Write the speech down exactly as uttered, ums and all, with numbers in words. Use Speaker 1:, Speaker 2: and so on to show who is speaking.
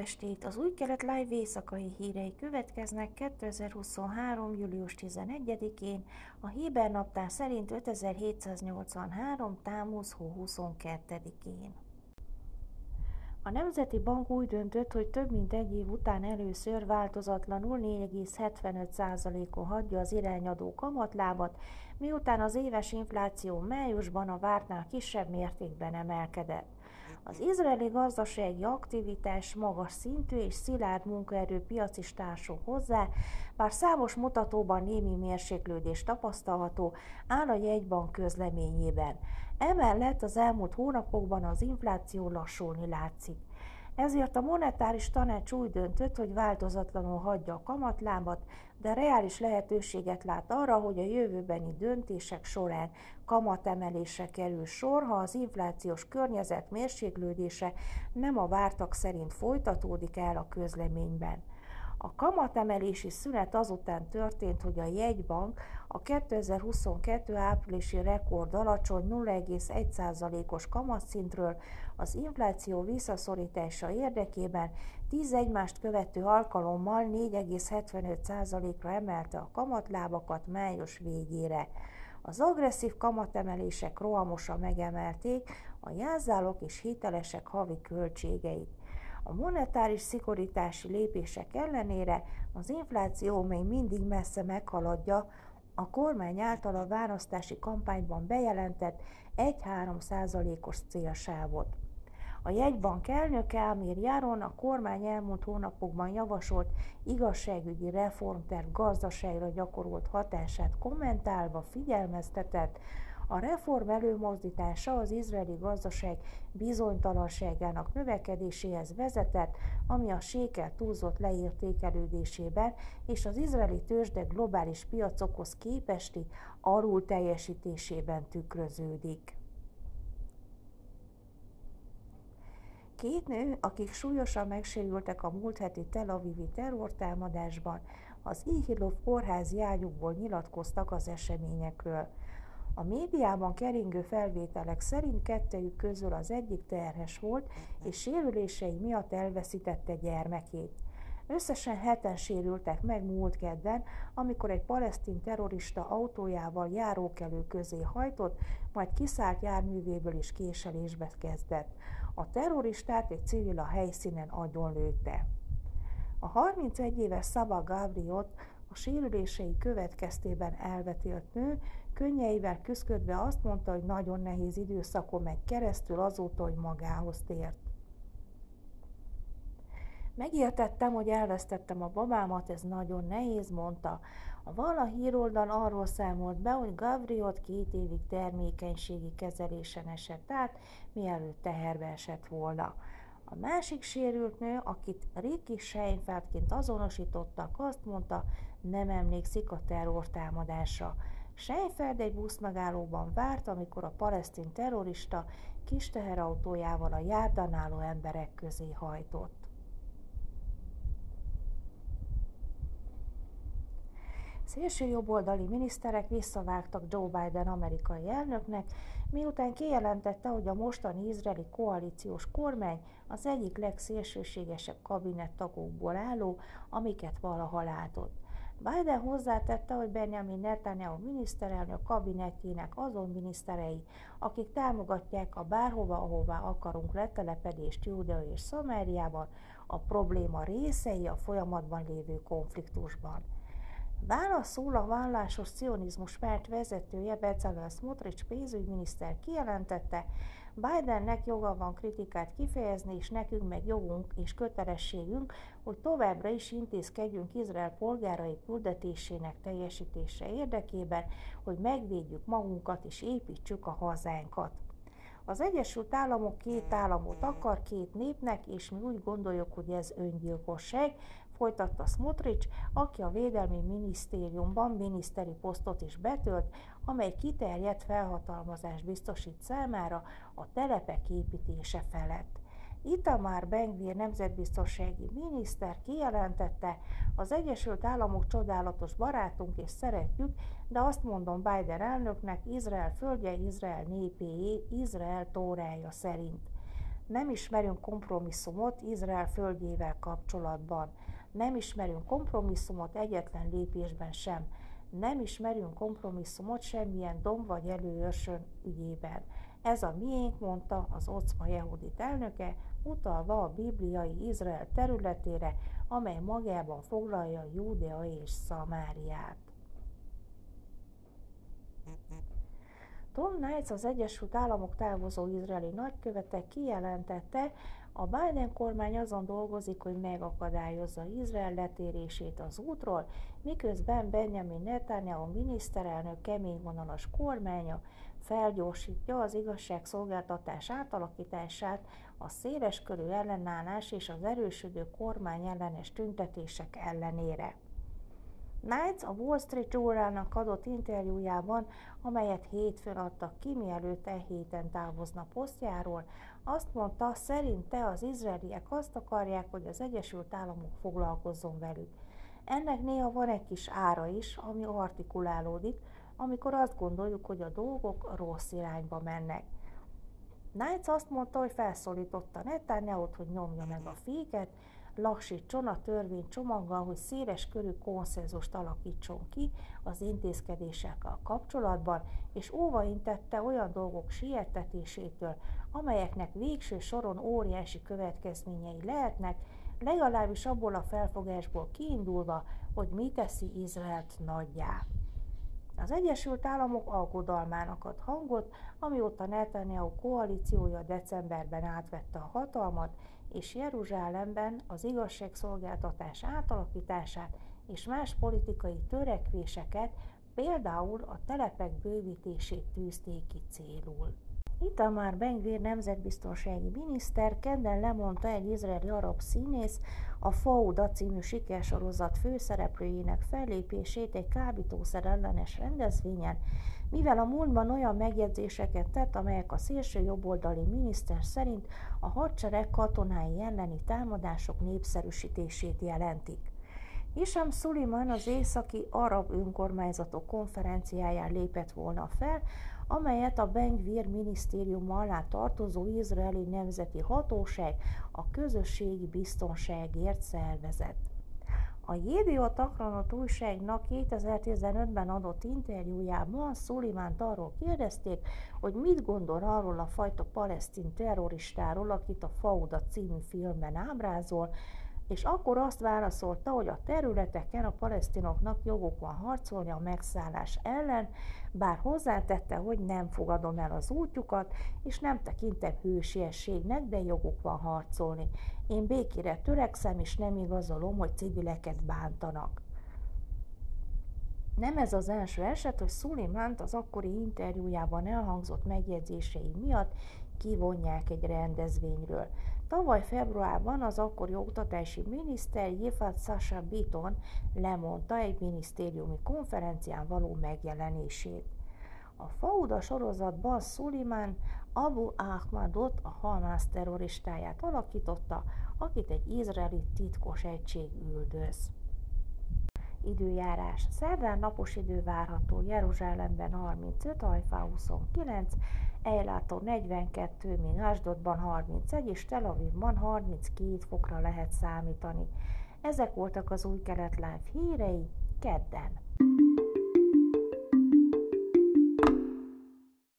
Speaker 1: estét! Az Új Kelet Live éjszakai hírei következnek kétezer-huszonhárom. július tizenegyedikén, a Héber naptár szerint ötezer-hétszáznyolcvanhárom. támuz hó huszonkettedikén. A Nemzeti Bank úgy döntött, hogy több mint egy év után először változatlanul négy egész hetvenöt százalékon hagyja az irányadó kamatlábat, miután az éves infláció májusban a vártnál kisebb mértékben emelkedett. Az izraeli gazdasági aktivitás magas szintű és szilárd munkaerőpiac is társul hozzá, bár számos mutatóban némi mérséklődés tapasztalható, áll a jegybank közleményében. Emellett az elmúlt hónapokban az infláció lassulni látszik. Ezért a monetáris tanács úgy döntött, hogy változatlanul hagyja a kamatlábat, de reális lehetőséget lát arra, hogy a jövőbeni döntések során kamatemelésre kerül sor, ha az inflációs környezet mérséklődése nem a vártak szerint folytatódik el a közleményben. A kamatemelési szünet azután történt, hogy a jegybank a kétezer-huszonkettő áprilisi rekord alacsony nulla egész egy százalékos kamatszintről az infláció visszaszorítása érdekében tíz egymást követő alkalommal négy egész hetvenöt százalékra emelte a kamatlábakat május végére. Az agresszív kamatemelések rohamosan megemelték a jelzálog és hitelesek havi költségeit. A monetáris szigorítási lépések ellenére az infláció még mindig messze meghaladja a kormány által a választási kampányban bejelentett egy-három százalékos célsávot. A jegybank elnöke Amir Yaron a kormány elmúlt hónapokban javasolt igazságügyi reformterv gazdaságra gyakorolt hatását kommentálva figyelmeztetett, a reform előmozdítása az izraeli gazdaság bizonytalanságának növekedéséhez vezetett, ami a sékel túlzott leértékelődésében és az izraeli tőzsde globális piacokhoz képesti alulteljesítésében tükröződik. Két nő, akik súlyosan megsérültek a múlt heti Tel Avivi terrortámadásban, az Ihilov kórházi ágyukból nyilatkoztak az eseményekről. A médiában keringő felvételek szerint kettejük közül az egyik terhes volt, és sérülései miatt elveszítette gyermekét. Összesen heten sérültek meg múlt kedden, amikor egy palesztin terrorista autójával járókelő közé hajtott, majd kiszállt járművéből is késelésbe kezdett. A terroristát egy civil a helyszínen agyonlőtte. A harmincegy éves Szaba Gavriot, a sérülései következtében elvetélt nő könnyeivel küszködve azt mondta, hogy nagyon nehéz időszakon megy keresztül azóta, hogy magához tért. Megértettem, hogy elvesztettem a babámat, ez nagyon nehéz, mondta. A Vala híroldal arról számolt be, hogy Gavriot két évig termékenységi kezelésen esett át, mielőtt teherbe esett volna. A másik sérült nő, akit Ricky Seinfeldként azonosítottak, azt mondta, nem emlékszik a terrortámadásra. Seinfeld egy buszmegállóban várt, amikor a palesztin terrorista kis teherautójával a járdán álló emberek közé hajtott. Szélsőjobboldali miniszterek visszavágtak Joe Biden amerikai elnöknek, miután kijelentette, hogy a mostani izraeli koalíciós kormány az egyik legszélsőségesebb kabinettagokból álló, amiket valaha látott. Biden hozzátette, hogy Benjamin Netanyahu miniszterelnök kabinetjének azon miniszterei, akik támogatják a bárhova, ahová akarunk letelepedést Júdea és Szamáriában, a probléma részei a folyamatban lévő konfliktusban. Válaszul a vallásos cionizmus párt vezetője Bezalel Smotrich pénzügyminiszter kijelentette, Bidennek joga van kritikát kifejezni, és nekünk meg jogunk és kötelességünk, hogy továbbra is intézkedjünk Izrael polgárai küldetésének teljesítése érdekében, hogy megvédjük magunkat és építsük a hazánkat. Az Egyesült Államok két államot akar két népnek, és mi úgy gondoljuk, hogy ez öngyilkosság, folytatta Smotrich, aki a Védelmi Minisztériumban miniszteri posztot is betölt, amely kiterjedt felhatalmazást biztosít számára a telepek építése felett. Itamar Ben-Gvir nemzetbiztonsági miniszter kijelentette, az Egyesült Államok csodálatos barátunk és szeretjük, de azt mondom Biden elnöknek, Izrael földje, Izrael népéé, Izrael tórája szerint. Nem ismerünk kompromisszumot Izrael földjével kapcsolatban. Nem ismerünk kompromisszumot egyetlen lépésben sem. Nem ismerünk kompromisszumot semmilyen domb vagy előőrsön ügyében. Ez a miénk, mondta az Ocma Jehudit elnöke, utalva a bibliai Izrael területére, amely magában foglalja Júdea és Szamáriát. Tom Knights, az Egyesült Államok távozó izraeli nagykövete kijelentette, a Biden kormány azon dolgozik, hogy megakadályozza Izrael letérését az útról, miközben Benjamin Netanyahu miniszterelnök keményvonalas kormánya felgyorsítja az igazságszolgáltatás átalakítását a széleskörű ellenállás és az erősödő kormány ellenes tüntetések ellenére. Knights a Wall Street Journalnak adott interjújában, amelyet hétfőn adtak ki, mielőtt e héten távozna posztjáról, azt mondta, szerinte az izraeliek azt akarják, hogy az Egyesült Államok foglalkozzon velük. Ennek néha van egy kis ára is, ami artikulálódik, amikor azt gondoljuk, hogy a dolgok rossz irányba mennek. Knights azt mondta, hogy felszólította Netanyahut, hogy nyomja meg a féket, lassítson a törvénycsomaggal, hogy széles körű konszenzust alakítson ki az intézkedésekkel kapcsolatban, és óvaintette olyan dolgok siettetésétől, amelyeknek végső soron óriási következményei lehetnek, legalábbis abból a felfogásból kiindulva, hogy mi teszi Izraelt nagyjá. Az Egyesült Államok aggodalmának ad hangot, amióta Netanyahu koalíciója decemberben átvette a hatalmat, és Jeruzsálemben az igazságszolgáltatás átalakítását és más politikai törekvéseket, például a telepek bővítését tűzték ki célul. Itamar Ben-Gvir nemzetbiztonsági miniszter kedden lemondta egy izraeli arab színész a Fauda című sikersorozat főszereplőjének fellépését egy kábítószer ellenes rendezvényen, mivel a múltban olyan megjegyzéseket tett, amelyek a szélső jobboldali miniszter szerint a hadsereg katonái elleni támadások népszerűsítését jelentik. Hisham Suliman az északi arab önkormányzatok konferenciáján lépett volna fel, amelyet a Ben-Gvir minisztériuma alá tartozó izraeli nemzeti hatóság a közösségi biztonságért szervezett. A Jediot Ahronot újságnak kétezer-tizenötben adott interjújában Sulimant arról kérdezték, hogy mit gondol arról a fajta palesztin terroristáról, akit a Fauda című filmben ábrázol, és akkor azt válaszolta, hogy a területeken a palesztinoknak joguk van harcolni a megszállás ellen, bár hozzátette, hogy nem fogadom el az útjukat, és nem tekintem hősiességnek, de joguk van harcolni. Én békére törekszem, és nem igazolom, hogy civileket bántanak. Nem ez az első eset, hogy Sulimant az akkori interjújában elhangzott megjegyzései miatt kivonják egy rendezvényről. Tavaly februárban az akkori oktatási miniszter Yifat Sasha Biton lemondta egy minisztériumi konferencián való megjelenését. A Fauda sorozatban Suliman Abu Ahmadot, a Hamász terroristáját alakította, akit egy izraeli titkos egység üldöz. Időjárás. Szerdán napos idő várható, Jeruzsálemben harmincöt, Hajfán huszonkilenc, Eiláton negyvenkettő, míg Asdodban harmincegy és Tel Avivban harminckét fokra lehet számítani. Ezek voltak az Új Kelet Live hírei kedden.